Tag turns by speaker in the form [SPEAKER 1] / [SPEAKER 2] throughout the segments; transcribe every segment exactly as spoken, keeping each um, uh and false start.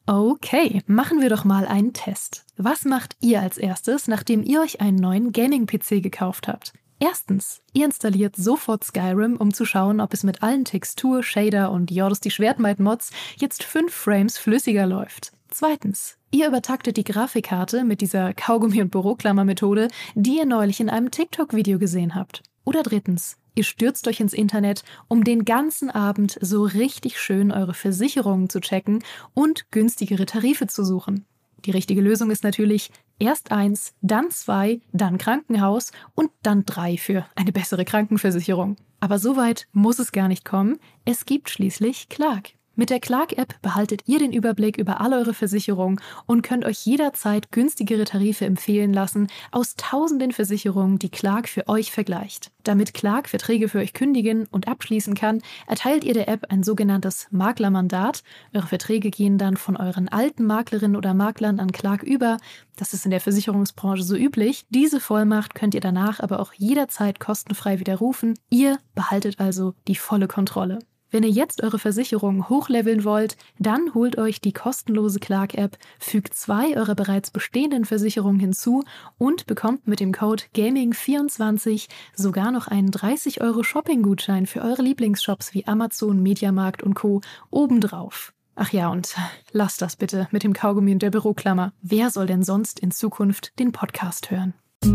[SPEAKER 1] Okay, machen wir doch mal einen Test. Was macht ihr als erstes, nachdem ihr euch einen neuen Gaming-P C gekauft habt? Erstens, ihr installiert sofort Skyrim, um zu schauen, ob es mit allen Textur-, Shader- und Jordos die Schwertmaid-Mods jetzt fünf Frames flüssiger läuft. Zweitens, ihr übertaktet die Grafikkarte mit dieser Kaugummi- und Büroklammer-Methode, die ihr neulich in einem TikTok-Video gesehen habt. Oder drittens, ihr stürzt euch ins Internet, um den ganzen Abend so richtig schön eure Versicherungen zu checken und günstigere Tarife zu suchen. Die richtige Lösung ist natürlich erst eins, dann zwei, dann Krankenhaus und dann drei für eine bessere Krankenversicherung. Aber so weit muss es gar nicht kommen. Es gibt schließlich Clark. Mit der Clark-App behaltet ihr den Überblick über all eure Versicherungen und könnt euch jederzeit günstigere Tarife empfehlen lassen aus tausenden Versicherungen, die Clark für euch vergleicht. Damit Clark Verträge für euch kündigen und abschließen kann, erteilt ihr der App ein sogenanntes Maklermandat. Eure Verträge gehen dann von euren alten Maklerinnen oder Maklern an Clark über. Das ist in der Versicherungsbranche so üblich. Diese Vollmacht könnt ihr danach aber auch jederzeit kostenfrei widerrufen. Ihr behaltet also die volle Kontrolle. Wenn ihr jetzt eure Versicherung hochleveln wollt, dann holt euch die kostenlose Clark-App, fügt zwei eurer bereits bestehenden Versicherungen hinzu und bekommt mit dem Code Gaming vierundzwanzig sogar noch einen dreißig Euro Shopping-Gutschein für eure Lieblingsshops wie Amazon, Mediamarkt und Co. obendrauf. Ach ja, und lasst das bitte mit dem Kaugummi und der Büroklammer. Wer soll denn sonst in Zukunft den Podcast hören?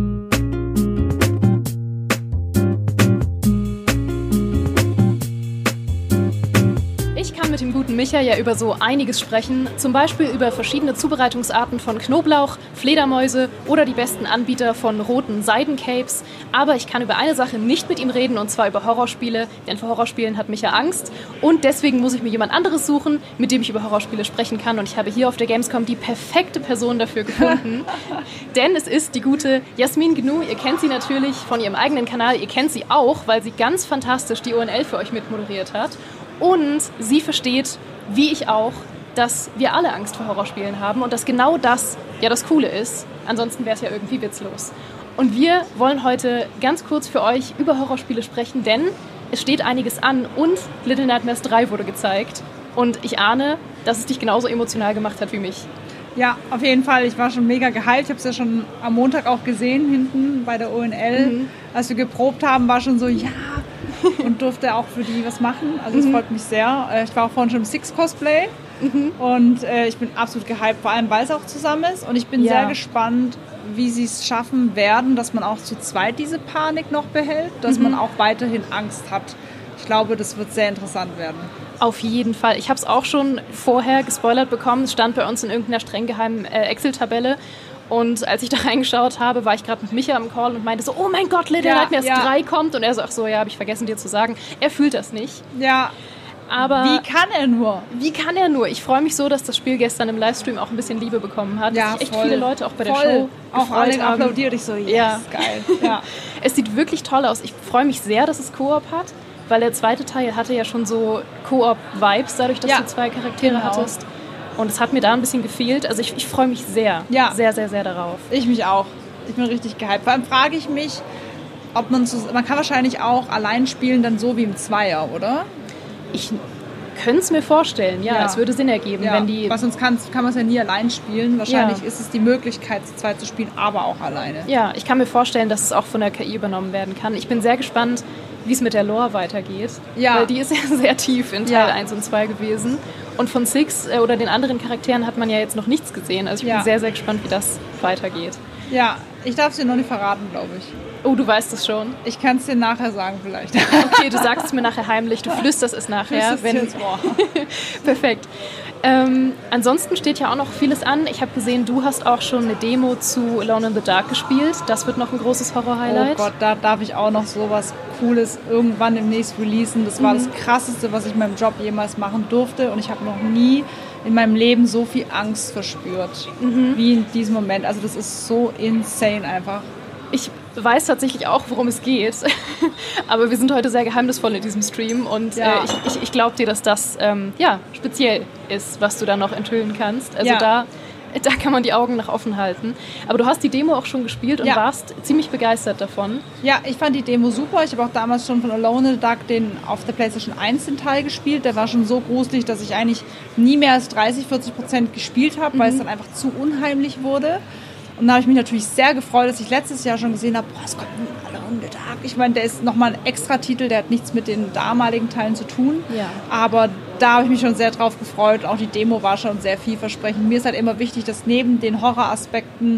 [SPEAKER 1] Mit dem guten Micha ja über so einiges sprechen, zum Beispiel über verschiedene Zubereitungsarten von Knoblauch, Fledermäuse oder die besten Anbieter von roten Seidencapes. Aber ich kann über eine Sache nicht mit ihm reden, und zwar über Horrorspiele, denn vor Horrorspielen hat Micha Angst und deswegen muss ich mir jemand anderes suchen, mit dem ich über Horrorspiele sprechen kann, und ich habe hier auf der Gamescom die perfekte Person dafür gefunden, denn es ist die gute Jasmin Gnu. Ihr kennt sie natürlich von ihrem eigenen Kanal, ihr kennt sie auch, weil sie ganz fantastisch die O N L für euch mitmoderiert hat. Und sie versteht, wie ich auch, dass wir alle Angst vor Horrorspielen haben und dass genau das ja das Coole ist. Ansonsten wäre es ja irgendwie witzlos. Und wir wollen heute ganz kurz für euch über Horrorspiele sprechen, denn es steht einiges an und Little Nightmares drei wurde gezeigt. Und ich ahne, dass es dich genauso emotional gemacht hat wie mich.
[SPEAKER 2] Ja, auf jeden Fall. Ich war schon mega gehypt. Ich habe es ja schon am Montag auch gesehen, hinten bei der O N L. Mhm. Als wir geprobt haben, war schon so, ja, und durfte auch für die was machen. Also es mhm. freut mich sehr. Ich war auch vorhin schon im Six-Cosplay mhm. und äh, ich bin absolut gehypt, vor allem weil es auch zusammen ist. Und ich bin ja. sehr gespannt, wie sie es schaffen werden, dass man auch zu zweit diese Panik noch behält, dass mhm. man auch weiterhin Angst hat. Ich glaube, das wird sehr interessant werden.
[SPEAKER 1] Auf jeden Fall. Ich habe es auch schon vorher gespoilert bekommen. Es stand bei uns in irgendeiner streng geheimen äh, Excel-Tabelle. Und als ich da reingeschaut habe, war ich gerade mit Micha am Call und meinte so, oh mein Gott, Little ja, Nightmares ja. drei kommt. Und er so, ach so, ja, habe ich vergessen dir zu sagen. Er fühlt das nicht.
[SPEAKER 2] Ja, aber wie kann er nur?
[SPEAKER 1] Wie kann er nur? Ich freue mich so, dass das Spiel gestern im Livestream auch ein bisschen Liebe bekommen hat.
[SPEAKER 2] Ja,
[SPEAKER 1] dass sich echt
[SPEAKER 2] voll.
[SPEAKER 1] viele Leute auch bei der
[SPEAKER 2] voll.
[SPEAKER 1] Show
[SPEAKER 2] auch allen applaudiert. Ich so, yes,
[SPEAKER 1] ja.
[SPEAKER 2] geil. Ja.
[SPEAKER 1] Es sieht wirklich toll aus. Ich freue mich sehr, dass es Koop hat, weil der zweite Teil hatte ja schon so Koop-Vibes, dadurch, dass ja. du zwei Charaktere genau. hattest. Und es hat mir da ein bisschen gefehlt. Also ich, ich freue mich sehr,
[SPEAKER 2] ja.
[SPEAKER 1] sehr, sehr, sehr darauf.
[SPEAKER 2] Ich mich auch. Ich bin richtig gehypt. Vor allem frage ich mich, ob man so, man kann wahrscheinlich auch allein spielen, dann so wie im Zweier, oder?
[SPEAKER 1] Ich könnte es mir vorstellen, ja, ja. Es würde Sinn ergeben,
[SPEAKER 2] ja.
[SPEAKER 1] wenn die...
[SPEAKER 2] Weil sonst kann, kann man es ja nie allein spielen. Wahrscheinlich ja. ist es die Möglichkeit, zu zweit zu spielen, aber auch alleine.
[SPEAKER 1] Ja, ich kann mir vorstellen, dass es auch von der K I übernommen werden kann. Ich bin sehr gespannt, wie es mit der Lore weitergeht. Ja. Weil die ist ja sehr tief in Teil ja. eins und zwei gewesen. Und von Six äh, oder den anderen Charakteren hat man ja jetzt noch nichts gesehen. Also ich ja. bin sehr, sehr gespannt, wie das weitergeht.
[SPEAKER 2] Ja, ich darf es dir noch nicht verraten, glaube ich.
[SPEAKER 1] Oh, du weißt es schon?
[SPEAKER 2] Ich kann es dir nachher sagen vielleicht.
[SPEAKER 1] Okay, du sagst es mir nachher heimlich, du flüsterst es nachher.
[SPEAKER 2] Flüsterst wenn... ins Ohr.
[SPEAKER 1] Perfekt. Ähm, ansonsten steht ja auch noch vieles an. Ich habe gesehen, du hast auch schon eine Demo zu Alone in the Dark gespielt. Das wird noch ein großes Horror-Highlight.
[SPEAKER 2] Oh Gott, da darf ich auch noch sowas Cooles irgendwann demnächst releasen. Das war mhm. das Krasseste, was ich in meinem Job jemals machen durfte. Und ich habe noch nie in meinem Leben so viel Angst verspürt mhm. wie in diesem Moment. Also das ist so insane einfach.
[SPEAKER 1] Ich weiß tatsächlich auch, worum es geht. Aber wir sind heute sehr geheimnisvoll in diesem Stream. Und ja. äh, ich, ich, ich glaube dir, dass das ähm, ja, speziell ist, was du da noch enthüllen kannst. Also
[SPEAKER 2] ja.
[SPEAKER 1] da da kann man die Augen nach offen halten. Aber du hast die Demo auch schon gespielt und ja. warst ziemlich begeistert davon.
[SPEAKER 2] Ja, ich fand die Demo super. Ich habe auch damals schon von Alone in the Dark den auf der PlayStation eins den Teil gespielt. Der war schon so gruselig, dass ich eigentlich nie mehr als dreißig, vierzig Prozent gespielt habe, mhm. weil es dann einfach zu unheimlich wurde. Und da habe ich mich natürlich sehr gefreut, dass ich letztes Jahr schon gesehen habe, boah, es kommt ein Alone in the Dark. Ich meine, der ist nochmal ein extra Titel, der hat nichts mit den damaligen Teilen zu tun.
[SPEAKER 1] Ja.
[SPEAKER 2] Aber da habe ich mich schon sehr drauf gefreut. Auch die Demo war schon sehr vielversprechend. Mir ist halt immer wichtig, dass neben den Horroraspekten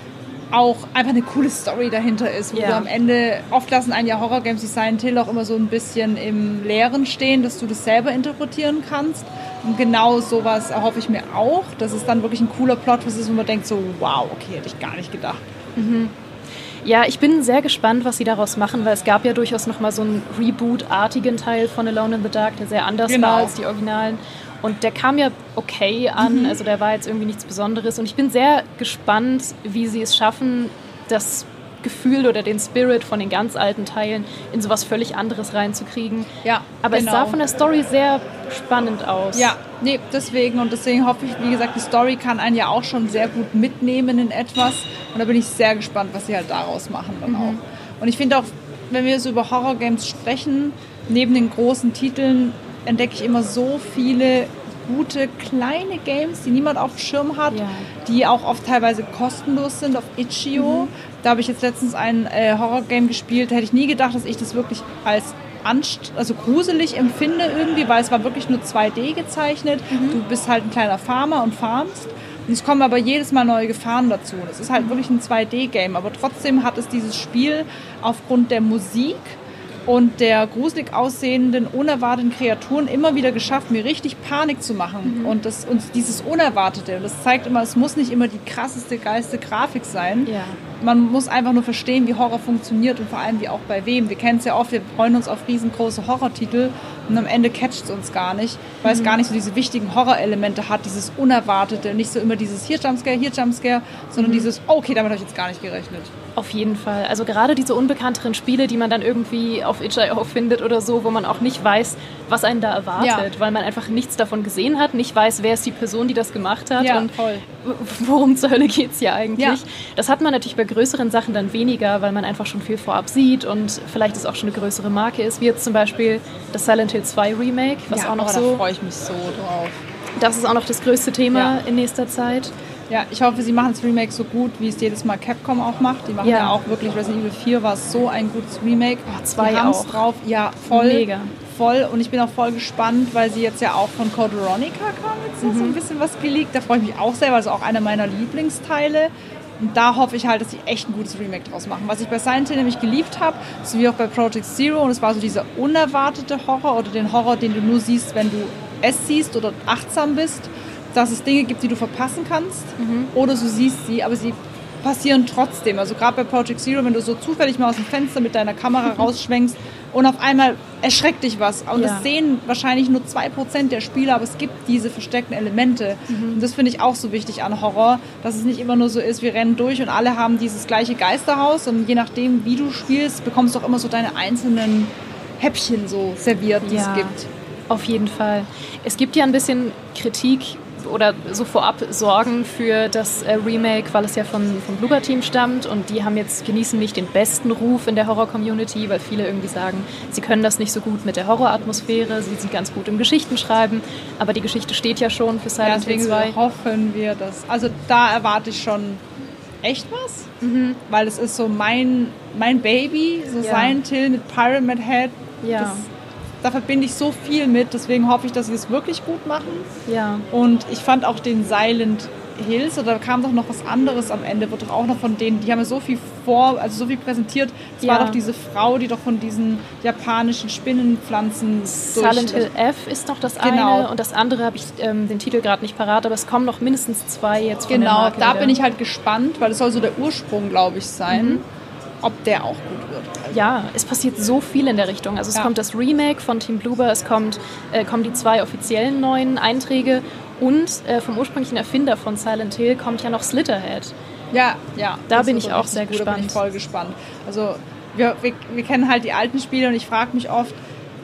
[SPEAKER 2] auch einfach eine coole Story dahinter ist, wo ja. du am Ende, oft lassen einen ja Horror-Games wie Silent Hill auch immer so ein bisschen im Leeren stehen, dass du das selber interpretieren kannst. Und genau sowas erhoffe ich mir auch, dass es dann wirklich ein cooler Plot-Twist ist, wo man denkt so, wow, okay, hätte ich gar nicht gedacht.
[SPEAKER 1] Mhm. Ja, ich bin sehr gespannt, was sie daraus machen, weil es gab ja durchaus nochmal so einen Reboot-artigen Teil von Alone in the Dark, der sehr anders genau. war als die Originalen. Und der kam ja okay an, mhm. also der war jetzt irgendwie nichts Besonderes. Und ich bin sehr gespannt, wie sie es schaffen, das Gefühl oder den Spirit von den ganz alten Teilen in sowas völlig anderes reinzukriegen.
[SPEAKER 2] Ja,
[SPEAKER 1] aber
[SPEAKER 2] genau.
[SPEAKER 1] es sah von der Story sehr spannend aus.
[SPEAKER 2] Ja, nee, deswegen. Und deswegen hoffe ich, wie gesagt, die Story kann einen ja auch schon sehr gut mitnehmen in etwas. Und da bin ich sehr gespannt, was sie halt daraus machen dann mhm. auch. Und ich finde auch, wenn wir so über Horror-Games sprechen, neben den großen Titeln entdecke ich immer so viele gute kleine Games, die niemand auf dem Schirm hat,
[SPEAKER 1] ja.
[SPEAKER 2] die auch oft teilweise kostenlos sind auf itch punkt io. Mhm. Da habe ich jetzt letztens ein äh, Horror-Game gespielt, da hätte ich nie gedacht, dass ich das wirklich als anst- also gruselig empfinde irgendwie, weil es war wirklich nur zwei D gezeichnet. Mhm. Du bist halt ein kleiner Farmer und farmst. Und es kommen aber jedes Mal neue Gefahren dazu. Das ist halt mhm. wirklich ein zwei D-Game, aber trotzdem hat es dieses Spiel aufgrund der Musik und der gruselig aussehenden, unerwarteten Kreaturen immer wieder geschafft, mir richtig Panik zu machen. Mhm. Und, das, und dieses Unerwartete. Und das zeigt immer, es muss nicht immer die krasseste, geilste Grafik sein.
[SPEAKER 1] Ja.
[SPEAKER 2] Man muss einfach nur verstehen, wie Horror funktioniert und vor allem wie auch bei wem. Wir kennen es ja oft, wir freuen uns auf riesengroße Horrortitel und am Ende catcht es uns gar nicht, weil mhm. es gar nicht so diese wichtigen Horrorelemente hat, dieses Unerwartete. Nicht so immer dieses hier Jumpscare, hier Jumpscare, sondern mhm. dieses, okay, damit habe ich jetzt gar nicht gerechnet.
[SPEAKER 1] Auf jeden Fall. Also gerade diese unbekannteren Spiele, die man dann irgendwie auf itch punkt io findet oder so, wo man auch nicht weiß, was einen da erwartet, ja. weil man einfach nichts davon gesehen hat, nicht weiß, wer ist die Person, die das gemacht hat
[SPEAKER 2] ja,
[SPEAKER 1] und
[SPEAKER 2] voll.
[SPEAKER 1] worum zur Hölle geht es hier eigentlich.
[SPEAKER 2] Ja.
[SPEAKER 1] Das hat man natürlich bei größeren Sachen dann weniger, weil man einfach schon viel vorab sieht und vielleicht es auch schon eine größere Marke ist, wie jetzt zum Beispiel das Silent Hill zwei Remake, was
[SPEAKER 2] ja,
[SPEAKER 1] auch noch
[SPEAKER 2] oh,
[SPEAKER 1] so...
[SPEAKER 2] da freue ich mich so drauf.
[SPEAKER 1] Das ist auch noch das größte Thema ja. in nächster Zeit.
[SPEAKER 2] Ja, ich hoffe, sie machen das Remake so gut, wie es jedes Mal Capcom auch macht. Die machen ja, ja auch wirklich, Resident Evil vier war so ein gutes Remake.
[SPEAKER 1] Oh, zwei
[SPEAKER 2] die haben es
[SPEAKER 1] auch.
[SPEAKER 2] drauf. Ja, voll.
[SPEAKER 1] Mega.
[SPEAKER 2] Voll. Und ich bin auch voll gespannt, weil sie jetzt ja auch von Code Veronica kam jetzt mhm. so ein bisschen was geleakt. Da freue ich mich auch sehr, weil es auch einer meiner Lieblingsteile. Und da hoffe ich halt, dass sie echt ein gutes Remake draus machen. Was ich bei Silent Hill nämlich geliebt habe, so wie auch bei Project Zero, und es war so dieser unerwartete Horror oder den Horror, den du nur siehst, wenn du es siehst oder achtsam bist, dass es Dinge gibt, die du verpassen kannst mhm. oder du siehst sie, aber sie passieren trotzdem. Also gerade bei Project Zero, wenn du so zufällig mal aus dem Fenster mit deiner Kamera mhm. rausschwenkst und auf einmal erschreckt dich was. Und ja. das sehen wahrscheinlich nur zwei Prozent der Spieler, aber es gibt diese versteckten Elemente. Mhm. Und das finde ich auch so wichtig an Horror, dass es nicht immer nur so ist, wir rennen durch und alle haben dieses gleiche Geisterhaus und je nachdem, wie du spielst, bekommst du auch immer so deine einzelnen Häppchen so serviert, die
[SPEAKER 1] ja.
[SPEAKER 2] es gibt.
[SPEAKER 1] Auf jeden Fall. Es gibt ja ein bisschen Kritik oder so vorab Sorgen für das äh, Remake, weil es ja von, vom Bloober-Team stammt und die haben jetzt, genießen nicht den besten Ruf in der Horror-Community, weil viele irgendwie sagen, sie können das nicht so gut mit der Horroratmosphäre, sie sind ganz gut im Geschichtenschreiben, aber die Geschichte steht ja schon für Silent Hill zwei.
[SPEAKER 2] Deswegen hoffen wir das. Also da erwarte ich schon echt was, mhm. weil es ist so mein, mein Baby, so ja. Silent Hill mit Pyramid Head.
[SPEAKER 1] Ja.
[SPEAKER 2] Das, da verbinde ich so viel mit, deswegen hoffe ich, dass sie es wirklich gut machen.
[SPEAKER 1] Ja.
[SPEAKER 2] Und ich fand auch den Silent Hills, oder da kam doch noch was anderes am Ende, wird doch auch noch von denen, die haben ja so viel vor, also so viel präsentiert. Es ja. war doch diese Frau, die doch von diesen japanischen Spinnenpflanzen
[SPEAKER 1] Silent Hill F ist noch das
[SPEAKER 2] genau.
[SPEAKER 1] eine und das andere habe ich ähm, den Titel gerade nicht parat, aber es kommen noch mindestens zwei jetzt von
[SPEAKER 2] genau,
[SPEAKER 1] der Marke
[SPEAKER 2] da
[SPEAKER 1] wieder.
[SPEAKER 2] Bin ich halt gespannt, weil das soll so der Ursprung, glaube ich, sein. Mhm. Ob der auch gut wird. Also
[SPEAKER 1] ja, es passiert so viel in der Richtung. Also es
[SPEAKER 2] ja.
[SPEAKER 1] kommt das Remake von Team Bloober, es kommt, äh, kommen die zwei offiziellen neuen Einträge und äh, vom ursprünglichen Erfinder von Silent Hill kommt ja noch Slitterhead.
[SPEAKER 2] Ja, ja.
[SPEAKER 1] Da bin ich auch sehr
[SPEAKER 2] gut,
[SPEAKER 1] gespannt.
[SPEAKER 2] Da bin ich voll gespannt. Also wir, wir, wir kennen halt die alten Spiele und ich frage mich oft,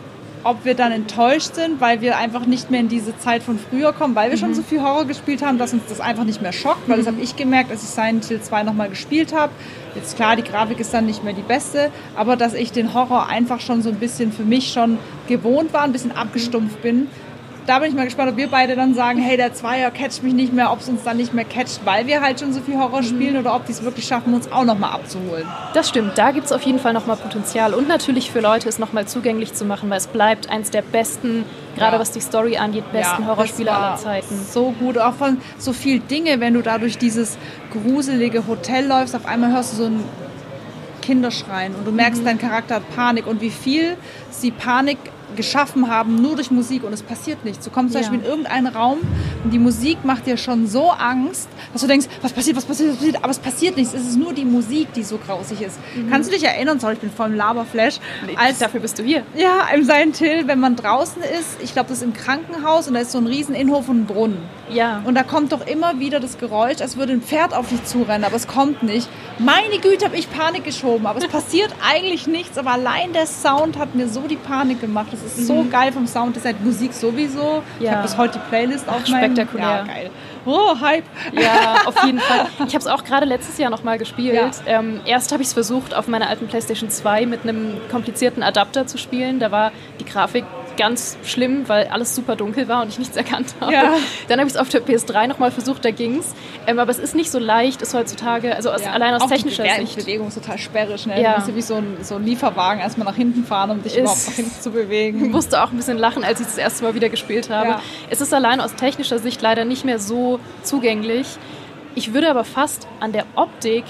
[SPEAKER 2] ob wir dann enttäuscht sind, weil wir einfach nicht mehr in diese Zeit von früher kommen, weil wir mhm. schon so viel Horror gespielt haben, dass uns das einfach nicht mehr schockt, weil mhm. das habe ich gemerkt, als ich Silent Hill zwei nochmal gespielt habe. Jetzt klar, die Grafik ist dann nicht mehr die beste, aber dass ich den Horror einfach schon so ein bisschen für mich schon gewohnt war, ein bisschen abgestumpft bin. Da bin ich mal gespannt, ob wir beide dann sagen, hey, der Zweier catcht mich nicht mehr, ob es uns dann nicht mehr catcht, weil wir halt schon so viel Horror spielen, oder ob die es wirklich schaffen, uns auch nochmal abzuholen.
[SPEAKER 1] Das stimmt, da gibt es auf jeden Fall nochmal Potenzial und natürlich für Leute es nochmal zugänglich zu machen, weil es bleibt eins der besten, gerade ja. was die Story angeht, besten ja, Horrorspiele aller Zeiten.
[SPEAKER 2] So gut, auch von so viel Dinge, wenn du da durch dieses gruselige Hotel läufst, auf einmal hörst du so ein Kinderschreien und du merkst, mhm. dein Charakter hat Panik und wie viel sie Panik geschaffen haben, nur durch Musik, und es passiert nichts. Du kommst zum ja. Beispiel in irgendeinen Raum und die Musik macht dir schon so Angst, dass du denkst, was passiert, was passiert, was passiert, aber es passiert nichts. Es ist nur die Musik, die so grausig ist. Mhm. Kannst du dich erinnern, sorry, ich bin voll im Laberflash.
[SPEAKER 1] Nee, als, dafür bist du hier.
[SPEAKER 2] Ja, im Silent Hill, wenn man draußen ist, ich glaube, das ist im Krankenhaus und da ist so ein riesen Innenhof und ein Brunnen.
[SPEAKER 1] Ja.
[SPEAKER 2] Und da kommt doch immer wieder das Geräusch, als würde ein Pferd auf dich zurennen, aber es kommt nicht. Meine Güte, habe ich Panik geschoben, aber es passiert eigentlich nichts, aber allein der Sound hat mir so die Panik gemacht. Das ist so mhm. geil vom Sound, das ist halt Musik sowieso. Ja. Ich habe bis heute die Playlist auf meinem...
[SPEAKER 1] Spektakulär.
[SPEAKER 2] Ja, geil. Oh, Hype.
[SPEAKER 1] Ja, auf jeden Fall. Ich habe es auch gerade letztes Jahr nochmal gespielt. Ja. Ähm, erst habe ich es versucht, auf meiner alten PlayStation zwei mit einem komplizierten Adapter zu spielen. Da war die Grafik ganz schlimm, weil alles super dunkel war und ich nichts erkannt habe. Ja. Dann habe ich es auf der P S drei nochmal versucht, da ging's. Ähm, aber es ist nicht so leicht, ist heutzutage, also aus, ja. allein aus auch technischer
[SPEAKER 2] die
[SPEAKER 1] Sicht.
[SPEAKER 2] Die Bewegung ist total sperrig, ne?
[SPEAKER 1] Ja.
[SPEAKER 2] Du musst ja wie so ein, so ein Lieferwagen erstmal nach hinten fahren, um dich ist, überhaupt nach hinten zu bewegen.
[SPEAKER 1] Ich musste auch ein bisschen lachen, als ich das erste Mal wieder gespielt habe. Ja. Es ist allein aus technischer Sicht leider nicht mehr so zugänglich. Ich würde aber fast an der Optik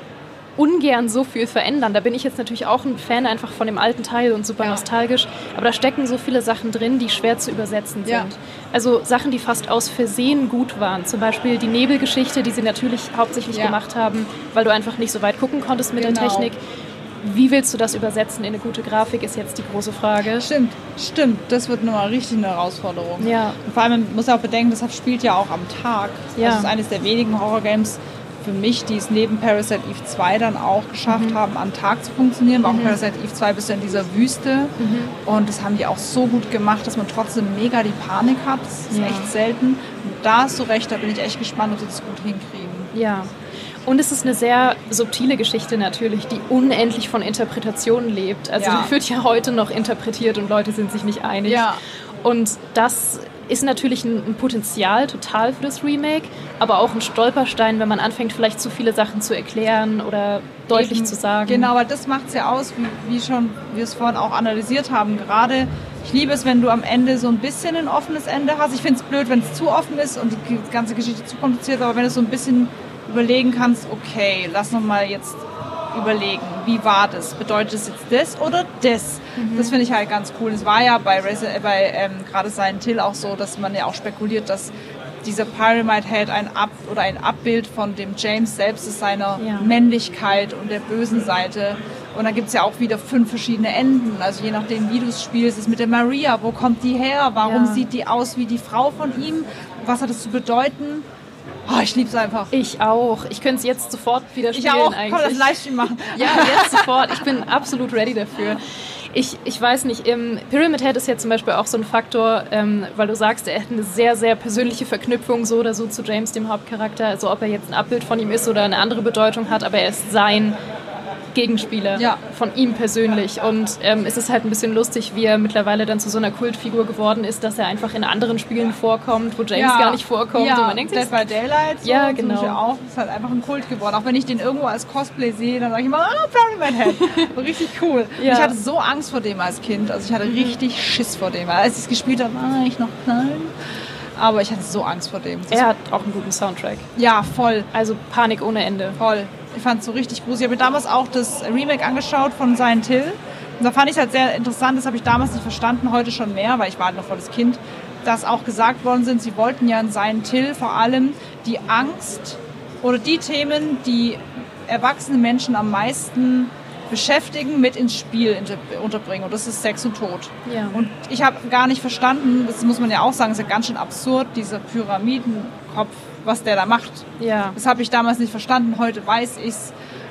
[SPEAKER 1] ungern so viel verändern. Da bin ich jetzt natürlich auch ein Fan einfach von dem alten Teil und super ja. nostalgisch, aber da stecken so viele Sachen drin, die schwer zu übersetzen sind. Ja. Also Sachen, die fast aus Versehen gut waren. Zum Beispiel die Nebelgeschichte, die sie natürlich hauptsächlich ja. gemacht haben, weil du einfach nicht so weit gucken konntest mit genau. der Technik. Wie willst du das übersetzen in eine gute Grafik, ist jetzt die große Frage.
[SPEAKER 2] Stimmt, stimmt. Das wird nochmal richtig eine Herausforderung.
[SPEAKER 1] Ja.
[SPEAKER 2] Und vor allem, man muss ja auch bedenken, das spielt ja auch am Tag.
[SPEAKER 1] Ja.
[SPEAKER 2] Das ist eines der wenigen Horror-Games, für mich, die es neben Parasite Eve zwei dann auch geschafft mhm. haben, am Tag zu funktionieren. Mhm. Auch Parasite Eve zwei bist du in dieser Wüste. Mhm. Und das haben die auch so gut gemacht, dass man trotzdem mega die Panik hat. Das ist ja. echt selten. Und da hast du recht, da bin ich echt gespannt, ob sie das gut hinkriegen.
[SPEAKER 1] Ja. Und es ist eine sehr subtile Geschichte natürlich, die unendlich von Interpretationen lebt. Also
[SPEAKER 2] ja.
[SPEAKER 1] die wird ja heute noch interpretiert und Leute sind sich nicht einig.
[SPEAKER 2] Ja.
[SPEAKER 1] Und das ist natürlich ein, ein Potenzial total für das Remake, aber auch ein Stolperstein, wenn man anfängt, vielleicht zu viele Sachen zu erklären oder deutlich Eben, zu sagen.
[SPEAKER 2] Genau, weil das macht es ja aus, wie, wie schon wir es vorhin auch analysiert haben. Gerade, ich liebe es, wenn du am Ende so ein bisschen ein offenes Ende hast. Ich finde es blöd, wenn es zu offen ist und die ganze Geschichte zu kompliziert, aber wenn du so ein bisschen überlegen kannst, okay, lass noch mal jetzt überlegen, wie war das? Bedeutet es jetzt das oder das? Mhm. Das finde ich halt ganz cool. Es war ja bei, Resi- bei ähm, gerade Silent Hill auch so, dass man ja auch spekuliert, dass dieser Pyramid Head ein Ab- oder ein Abbild von dem James selbst ist, seiner ja. Männlichkeit und der bösen Seite. Und dann gibt es ja auch wieder fünf verschiedene Enden. Also je nachdem, wie du es spielst, ist mit der Maria, wo kommt die her? Warum ja. sieht die aus wie die Frau von ihm? Was hat das zu bedeuten? Oh, ich liebe es einfach.
[SPEAKER 1] Ich auch. Ich könnte es jetzt sofort wieder spielen.
[SPEAKER 2] Ich auch.
[SPEAKER 1] Eigentlich.
[SPEAKER 2] Komm, das Livestream machen.
[SPEAKER 1] Ja, jetzt sofort. Ich bin absolut ready dafür. Ich, ich weiß nicht, im Pyramid Head ist ja zum Beispiel auch so ein Faktor, ähm, weil du sagst, er hat eine sehr, sehr persönliche Verknüpfung so oder so zu James, dem Hauptcharakter. Also ob er jetzt ein Abbild von ihm ist oder eine andere Bedeutung hat, aber er ist sein Gegenspieler ja. von ihm persönlich. Und ähm, es ist halt ein bisschen lustig, wie er mittlerweile dann zu so einer Kultfigur geworden ist, dass er einfach in anderen Spielen vorkommt, wo James ja. gar nicht vorkommt.
[SPEAKER 2] Ja,
[SPEAKER 1] und man denkt
[SPEAKER 2] Dead by Daylight. So,
[SPEAKER 1] ja, genau.
[SPEAKER 2] Auch. Das ist halt einfach ein Kult geworden. Auch wenn ich den irgendwo als Cosplay sehe, dann sage ich immer, oh, Pyramid Head. Richtig cool. Ja. Ich hatte so Angst vor dem als Kind. Also ich hatte mhm. richtig Schiss vor dem. Als ich es gespielt habe, war ich noch klein. Aber ich hatte so Angst vor dem. Das
[SPEAKER 1] er hat auch einen guten Soundtrack.
[SPEAKER 2] Ja, voll.
[SPEAKER 1] Also Panik ohne Ende.
[SPEAKER 2] Voll. Ich fand es so richtig gruselig. Ich habe mir damals auch das Remake angeschaut von Silent Hill. Und da fand ich es halt sehr interessant, das habe ich damals nicht verstanden, heute schon mehr, weil ich war halt noch volles Kind, dass auch gesagt worden sind, sie wollten ja in Silent Hill vor allem die Angst oder die Themen, die erwachsene Menschen am meisten beschäftigen, mit ins Spiel unterbringen. Und das ist Sex und Tod.
[SPEAKER 1] Ja.
[SPEAKER 2] Und ich habe gar nicht verstanden, das muss man ja auch sagen, ist ja ganz schön absurd, dieser Pyramidenkopf, was der da macht.
[SPEAKER 1] Ja.
[SPEAKER 2] Das habe ich damals nicht verstanden, heute weiß ich es.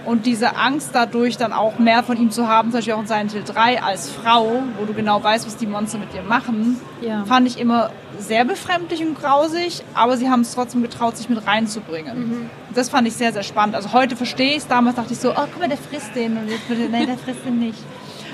[SPEAKER 2] Und diese Angst dadurch dann auch mehr von ihm zu haben, zum Beispiel auch in Silent Hill drei als Frau, wo du genau weißt, was die Monster mit dir machen, ja. fand ich immer sehr befremdlich und grausig, aber sie haben es trotzdem getraut, sich mit reinzubringen. Mhm. Das fand ich sehr, sehr spannend. Also heute verstehe ich es, damals dachte ich so, oh, guck mal, der frisst den und jetzt würde, nein, der frisst den nicht.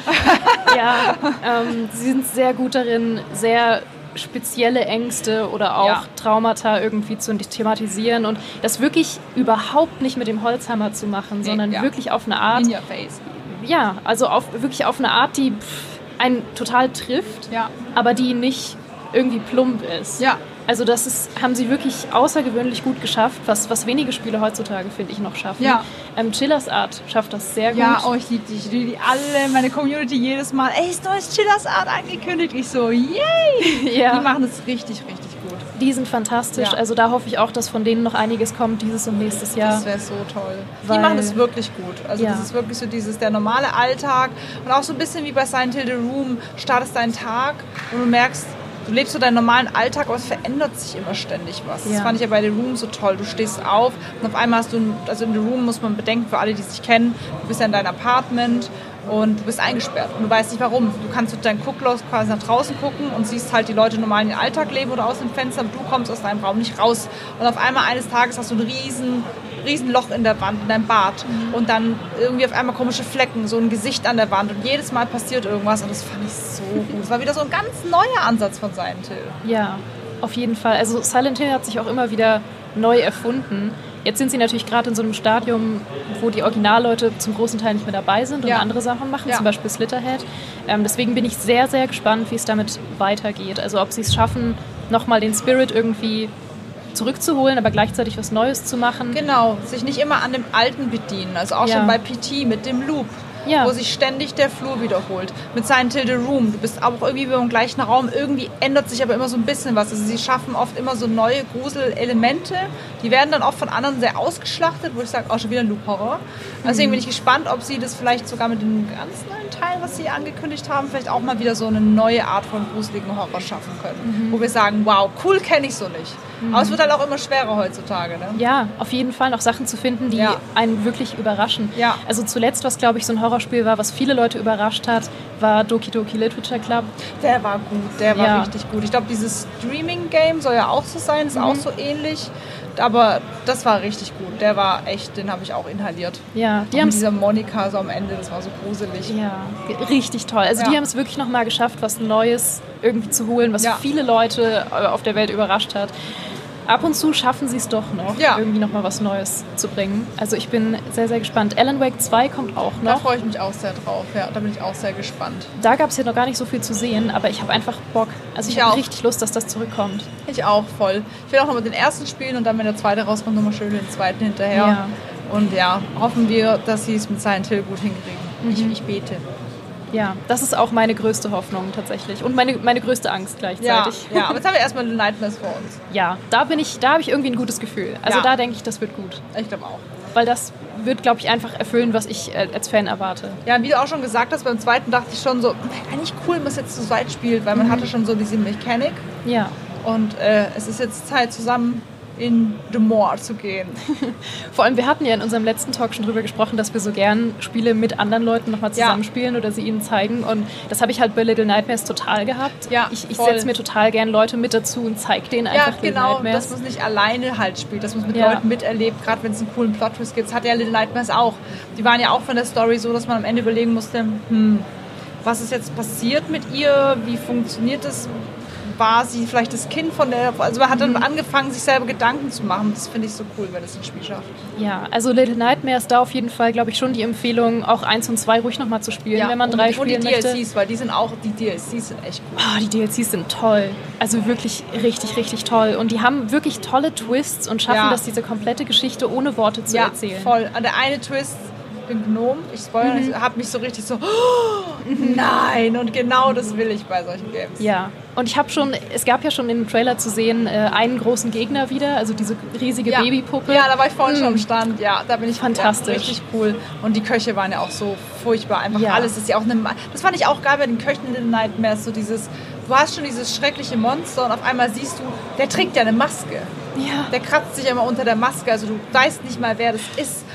[SPEAKER 1] Ja, ähm, sie sind sehr gut darin, sehr spezielle Ängste oder auch ja. Traumata irgendwie zu thematisieren und das wirklich überhaupt nicht mit dem Holzhammer zu machen, nee, sondern ja. wirklich auf eine Art...
[SPEAKER 2] In your face.
[SPEAKER 1] Ja, also auf, wirklich auf eine Art, die pff, einen total trifft,
[SPEAKER 2] ja.
[SPEAKER 1] aber die nicht irgendwie plump ist.
[SPEAKER 2] Ja.
[SPEAKER 1] Also das ist, haben sie wirklich außergewöhnlich gut geschafft, was, was wenige Spiele heutzutage, finde ich, noch schaffen.
[SPEAKER 2] Ja.
[SPEAKER 1] Ähm, Chillers Art schafft das sehr gut.
[SPEAKER 2] Ja, oh, ich liebe die. Ich liebe die alle, meine Community jedes Mal. Ey, ist neues Chillers Art angekündigt. Ich so, yay! Ja. Die machen das richtig, richtig gut.
[SPEAKER 1] Die sind fantastisch. Ja. Also da hoffe ich auch, dass von denen noch einiges kommt, dieses und nächstes Jahr.
[SPEAKER 2] Das wäre so toll. Weil, die machen das wirklich gut. Also ja. das ist wirklich so dieses, der normale Alltag und auch so ein bisschen wie bei Silent Hill The Room, startest deinen Tag und du merkst, du lebst so deinen normalen Alltag, aber es verändert sich immer ständig was. Ja. Das fand ich ja bei The Room so toll. Du stehst auf und auf einmal hast du, also in The Room muss man bedenken, für alle, die sich kennen, du bist ja in deinem Apartment und du bist eingesperrt und du weißt nicht warum. Du kannst mit deinem Gucklos quasi nach draußen gucken und siehst halt die Leute normal in den Alltag leben oder aus dem Fenster, aber du kommst aus deinem Raum nicht raus. Und auf einmal eines Tages hast du ein riesen riesen Loch in der Wand, in deinem Bad mhm. und dann irgendwie auf einmal komische Flecken, so ein Gesicht an der Wand und jedes Mal passiert irgendwas und das fand ich so gut. Das war wieder so ein ganz neuer Ansatz von Silent Hill.
[SPEAKER 1] Ja, auf jeden Fall. Also Silent Hill hat sich auch immer wieder neu erfunden. Jetzt sind sie natürlich gerade in so einem Stadium, wo die Originalleute zum großen Teil nicht mehr dabei sind und ja. andere Sachen machen, ja. zum Beispiel Slitterhead. Ähm, deswegen bin ich sehr, sehr gespannt, wie es damit weitergeht. Also ob sie es schaffen, nochmal den Spirit irgendwie zurückzuholen, aber gleichzeitig was Neues zu machen.
[SPEAKER 2] Genau, sich nicht immer an dem Alten bedienen. Also auch ja. schon bei P T mit dem Loop, ja. wo sich ständig der Flur wiederholt. Mit Silent Hill The Room, du bist auch irgendwie im gleichen Raum, irgendwie ändert sich aber immer so ein bisschen was. Also sie schaffen oft immer so neue Gruselelemente, die werden dann oft von anderen sehr ausgeschlachtet, wo ich sage, auch schon wieder ein Loop-Horror. Deswegen mhm. bin ich gespannt, ob sie das vielleicht sogar mit den ganz neuen Teilen, was sie angekündigt haben, vielleicht auch mal wieder so eine neue Art von gruseligen Horror schaffen können. Mhm. Wo wir sagen, wow, cool, kenne ich so nicht. Mhm. Aber es wird halt auch immer schwerer heutzutage. Ne?
[SPEAKER 1] Ja, auf jeden Fall noch Sachen zu finden, die ja. einen wirklich überraschen.
[SPEAKER 2] Ja.
[SPEAKER 1] Also zuletzt, was glaube ich so ein Horrorspiel war, was viele Leute überrascht hat, war Doki Doki Literature Club.
[SPEAKER 2] Der war gut, der war ja. richtig gut. Ich glaube, dieses Streaming-Game soll ja auch so sein, ist mhm. auch so ähnlich. Aber das war richtig gut. Der war echt, den habe ich auch inhaliert.
[SPEAKER 1] Ja,
[SPEAKER 2] die haben dieser Monika so am Ende, das war so gruselig.
[SPEAKER 1] Ja, richtig toll. Also ja. die haben es wirklich nochmal geschafft, was Neues irgendwie zu holen, was ja. viele Leute auf der Welt überrascht hat. Ab und zu schaffen sie es doch noch, ja. irgendwie nochmal was Neues zu bringen. Also ich bin sehr, sehr gespannt. Alan Wake zwei kommt auch noch.
[SPEAKER 2] Da freue ich mich auch sehr drauf, ja. Da bin ich auch sehr gespannt.
[SPEAKER 1] Da gab es ja noch gar nicht so viel zu sehen, aber ich habe einfach Bock. Also ich, ich habe richtig Lust, dass das zurückkommt.
[SPEAKER 2] Ich auch, voll. Ich will auch noch mit den ersten spielen und dann, wenn der zweite rauskommt, nochmal schön den zweiten hinterher.
[SPEAKER 1] Ja.
[SPEAKER 2] Und ja, hoffen wir, dass sie es mit Silent Hill gut hinkriegen. Mhm. Ich, ich bete.
[SPEAKER 1] Ja, das ist auch meine größte Hoffnung tatsächlich und meine, meine größte Angst gleichzeitig.
[SPEAKER 2] Ja, ja, aber jetzt haben wir erstmal The Nightmares vor uns.
[SPEAKER 1] Ja, da bin ich, da habe ich irgendwie ein gutes Gefühl. Also ja. da denke ich, das wird gut.
[SPEAKER 2] Ich glaube auch.
[SPEAKER 1] Weil das wird, glaube ich, einfach erfüllen, was ich als Fan erwarte.
[SPEAKER 2] Ja, wie du auch schon gesagt hast, beim zweiten dachte ich schon so, eigentlich cool, wenn man es jetzt zu zweit spielt, weil man mhm. hatte schon so diese Mechanik.
[SPEAKER 1] Ja.
[SPEAKER 2] Und äh, es ist jetzt Zeit, zusammen in The Moor zu gehen.
[SPEAKER 1] Vor allem, wir hatten ja in unserem letzten Talk schon drüber gesprochen, dass wir so gern Spiele mit anderen Leuten nochmal zusammenspielen ja. oder sie ihnen zeigen. Und das habe ich halt bei Little Nightmares total gehabt.
[SPEAKER 2] Ja,
[SPEAKER 1] ich ich setze mir total gern Leute mit dazu und zeige denen einfach
[SPEAKER 2] ja, genau,
[SPEAKER 1] Little Nightmares.
[SPEAKER 2] Dass man es nicht alleine halt spielt, dass man es mit
[SPEAKER 1] ja.
[SPEAKER 2] Leuten miterlebt, gerade wenn es einen coolen Plot-Twist gibt. Das hat ja Little Nightmares auch. Die waren ja auch von der Story so, dass man am Ende überlegen musste, hm, was ist jetzt passiert mit ihr, wie funktioniert das? War sie vielleicht das Kind von der... Also man hat dann mhm. angefangen, sich selber Gedanken zu machen. Das finde ich so cool, wenn es ein Spiel schafft.
[SPEAKER 1] Ja, also Little Nightmares da auf jeden Fall, glaube ich, schon die Empfehlung, auch eins und zwei ruhig nochmal zu spielen,
[SPEAKER 2] ja,
[SPEAKER 1] wenn man drei
[SPEAKER 2] und
[SPEAKER 1] spielen
[SPEAKER 2] die
[SPEAKER 1] möchte.
[SPEAKER 2] D L Cs, weil die sind auch... Die D L Cs sind echt gut.
[SPEAKER 1] Oh, die D L Cs sind toll. Also wirklich richtig, richtig toll. Und die haben wirklich tolle Twists und schaffen ja. das, diese komplette Geschichte ohne Worte zu
[SPEAKER 2] ja,
[SPEAKER 1] erzählen.
[SPEAKER 2] Ja, voll. Und der eine Twist... bin Gnome, ich spoilere, mhm. ich habe mich so richtig so, oh, nein, und genau das will ich bei solchen Games.
[SPEAKER 1] Ja, und ich habe schon, es gab ja schon im Trailer zu sehen, äh, einen großen Gegner wieder, also diese riesige
[SPEAKER 2] ja.
[SPEAKER 1] Babypuppe.
[SPEAKER 2] Ja, da war ich vorhin mhm. schon am Stand, ja, da bin ich
[SPEAKER 1] fantastisch.
[SPEAKER 2] Ja, richtig cool. Und die Köche waren ja auch so furchtbar, einfach
[SPEAKER 1] ja.
[SPEAKER 2] alles, das ist ja auch eine, das fand ich auch geil bei den Köchen in den Nightmares, so dieses, du hast schon dieses schreckliche Monster und auf einmal siehst du, der trägt ja eine Maske.
[SPEAKER 1] Ja.
[SPEAKER 2] Der kratzt sich immer unter der Maske, also du weißt nicht mal, wer das ist.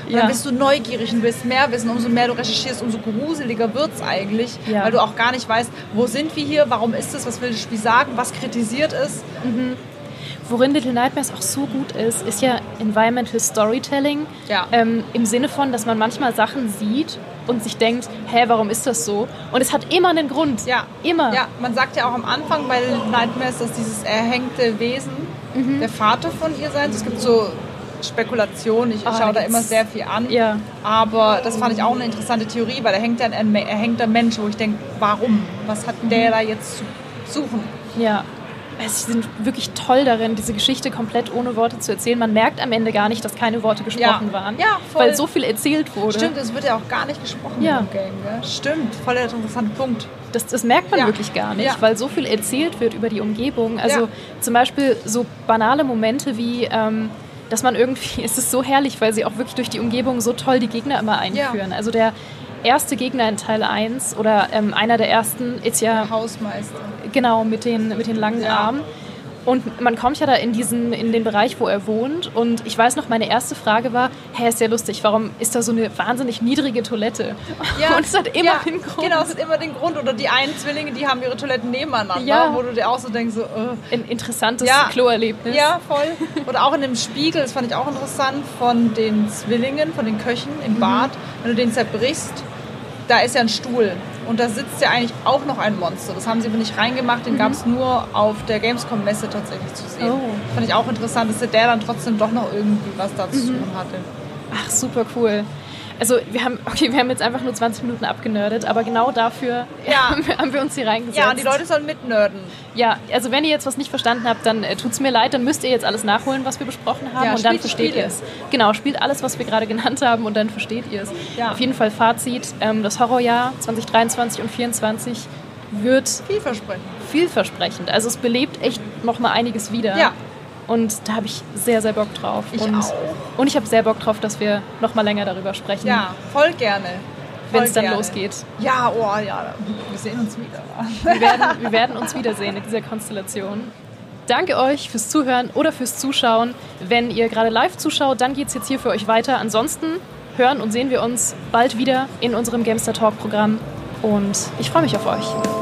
[SPEAKER 2] Und
[SPEAKER 1] ja.
[SPEAKER 2] dann bist du neugierig und willst mehr wissen. Umso mehr du recherchierst, umso gruseliger wird es eigentlich.
[SPEAKER 1] Ja.
[SPEAKER 2] Weil du auch gar nicht weißt, wo sind wir hier, warum ist es, was will das Spiel sagen, was kritisiert es.
[SPEAKER 1] Mhm. Worin Little Nightmares auch so gut ist, ist ja Environmental Storytelling.
[SPEAKER 2] Ja.
[SPEAKER 1] Ähm, Im Sinne von, dass man manchmal Sachen sieht und sich denkt, hä, warum ist das so? Und es hat immer einen Grund.
[SPEAKER 2] Ja.
[SPEAKER 1] Immer.
[SPEAKER 2] Ja, man sagt ja auch am Anfang bei Little Nightmares, dass dieses erhängte Wesen mhm. der Vater von ihr sein. Es gibt so Spekulationen, ich oh, schaue da immer sehr viel an.
[SPEAKER 1] Ja.
[SPEAKER 2] Aber das fand ich auch eine interessante Theorie, weil da hängt ja ein erhängter Mensch, wo ich denke, warum? Was hat der da jetzt zu suchen?
[SPEAKER 1] Ja. Sie sind wirklich toll darin, diese Geschichte komplett ohne Worte zu erzählen. Man merkt am Ende gar nicht, dass keine Worte gesprochen
[SPEAKER 2] ja.
[SPEAKER 1] waren,
[SPEAKER 2] ja, voll.
[SPEAKER 1] weil so viel erzählt wurde.
[SPEAKER 2] Stimmt, es wird ja auch gar nicht gesprochen
[SPEAKER 1] ja.
[SPEAKER 2] im Game. Gell? Stimmt, voll der interessante Punkt.
[SPEAKER 1] Das, das merkt man
[SPEAKER 2] ja.
[SPEAKER 1] wirklich gar nicht,
[SPEAKER 2] ja.
[SPEAKER 1] weil so viel erzählt wird über die Umgebung. Also
[SPEAKER 2] ja.
[SPEAKER 1] zum Beispiel so banale Momente wie, ähm, dass man irgendwie, es ist so herrlich, weil sie auch wirklich durch die Umgebung so toll die Gegner immer einführen. Ja. Also der erste Gegner in Teil eins oder ähm, einer der ersten ist ja...
[SPEAKER 2] Der Hausmeister.
[SPEAKER 1] Genau, mit den, mit den langen
[SPEAKER 2] ja.
[SPEAKER 1] Armen. Und man kommt ja da in, diesen, in den Bereich, wo er wohnt. Und ich weiß noch, meine erste Frage war, hä, ist ja lustig, warum ist da so eine wahnsinnig niedrige Toilette?
[SPEAKER 2] Ja,
[SPEAKER 1] und es hat immer
[SPEAKER 2] ja,
[SPEAKER 1] den Grund.
[SPEAKER 2] Genau, es hat immer den Grund. Oder die einen Zwillinge, die haben ihre Toiletten nebeneinander,
[SPEAKER 1] ja.
[SPEAKER 2] wo du dir auch so denkst, so, uh.
[SPEAKER 1] Ein interessantes
[SPEAKER 2] ja.
[SPEAKER 1] Kloerlebnis.
[SPEAKER 2] Ja, voll. Oder auch in dem Spiegel, das fand ich auch interessant, von den Zwillingen, von den Köchen im Bad. Mhm. Wenn du den zerbrichst, da ist ja ein Stuhl. Und da sitzt ja eigentlich auch noch ein Monster. Das haben sie aber nicht reingemacht, den mhm. gab es nur auf der Gamescom-Messe tatsächlich zu sehen. Oh. Fand ich auch interessant, dass der dann trotzdem doch noch irgendwie was da zu tun mhm. hatte.
[SPEAKER 1] Ach, super cool. Also wir haben, okay, wir haben jetzt einfach nur zwanzig Minuten abgenördet, aber genau dafür
[SPEAKER 2] ja.
[SPEAKER 1] haben, wir, haben wir uns hier reingesetzt.
[SPEAKER 2] Ja, und die Leute sollen mitnörden.
[SPEAKER 1] Ja, also wenn ihr jetzt was nicht verstanden habt, dann äh, tut's mir leid, dann müsst ihr jetzt alles nachholen, was wir besprochen haben,
[SPEAKER 2] ja,
[SPEAKER 1] und dann versteht
[SPEAKER 2] Spiele.
[SPEAKER 1] ihr es. Genau, spielt alles, was wir gerade genannt haben, und dann versteht ihr es. Ja. Auf jeden Fall Fazit, ähm, das Horrorjahr zwanzig dreiundzwanzig und vierundzwanzig wird
[SPEAKER 2] vielversprechend.
[SPEAKER 1] vielversprechend. Also es belebt echt noch mal einiges wieder.
[SPEAKER 2] Ja.
[SPEAKER 1] Und da habe ich sehr, sehr Bock drauf.
[SPEAKER 2] Ich
[SPEAKER 1] und,
[SPEAKER 2] auch.
[SPEAKER 1] Und ich habe sehr Bock drauf, dass wir noch mal länger darüber sprechen.
[SPEAKER 2] Ja, voll gerne.
[SPEAKER 1] Wenn es dann
[SPEAKER 2] gerne.
[SPEAKER 1] losgeht.
[SPEAKER 2] Ja, oh ja, wir sehen uns wieder.
[SPEAKER 1] Wir werden, wir werden uns wiedersehen in dieser Konstellation. Danke euch fürs Zuhören oder fürs Zuschauen. Wenn ihr gerade live zuschaut, dann geht es jetzt hier für euch weiter. Ansonsten hören und sehen wir uns bald wieder in unserem Gamestar Talk Programm. Und ich freue mich auf euch.